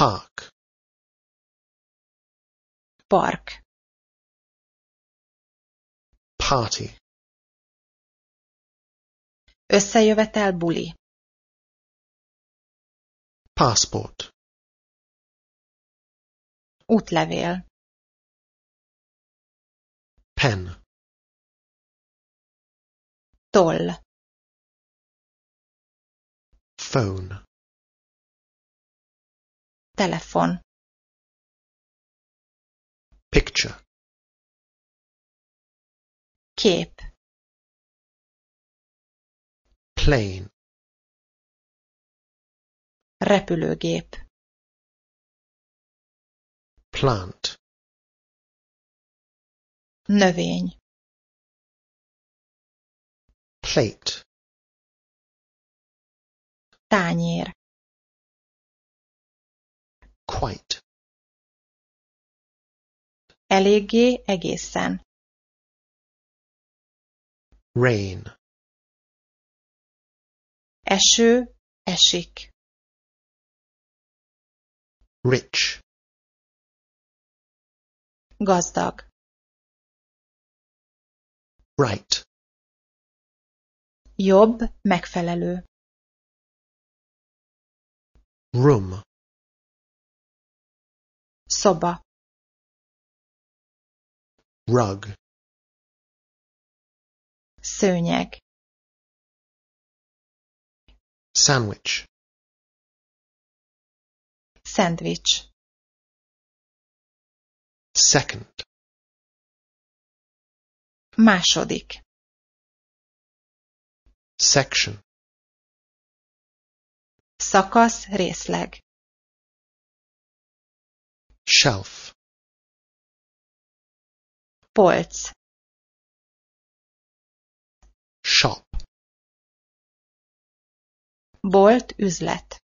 Park. Park. Party. Összejövetel, buli. Passport. Útlevél. Pen. Toll. Phone. Telefon. Picture. Kép. Plane. Repülőgép. Plant. Növény. Plate. Tányér. Quite. Eléggé, egészen. Rain. Eső, esik. Rich. Gazdag. Right. Jobb, megfelelő. Room. Szoba. Rug. Szőnyeg. Sandwich. Szendvics. Second. Második. Section. Szakasz, részleg. Shelf. Polc. Shop. Bolt, üzlet.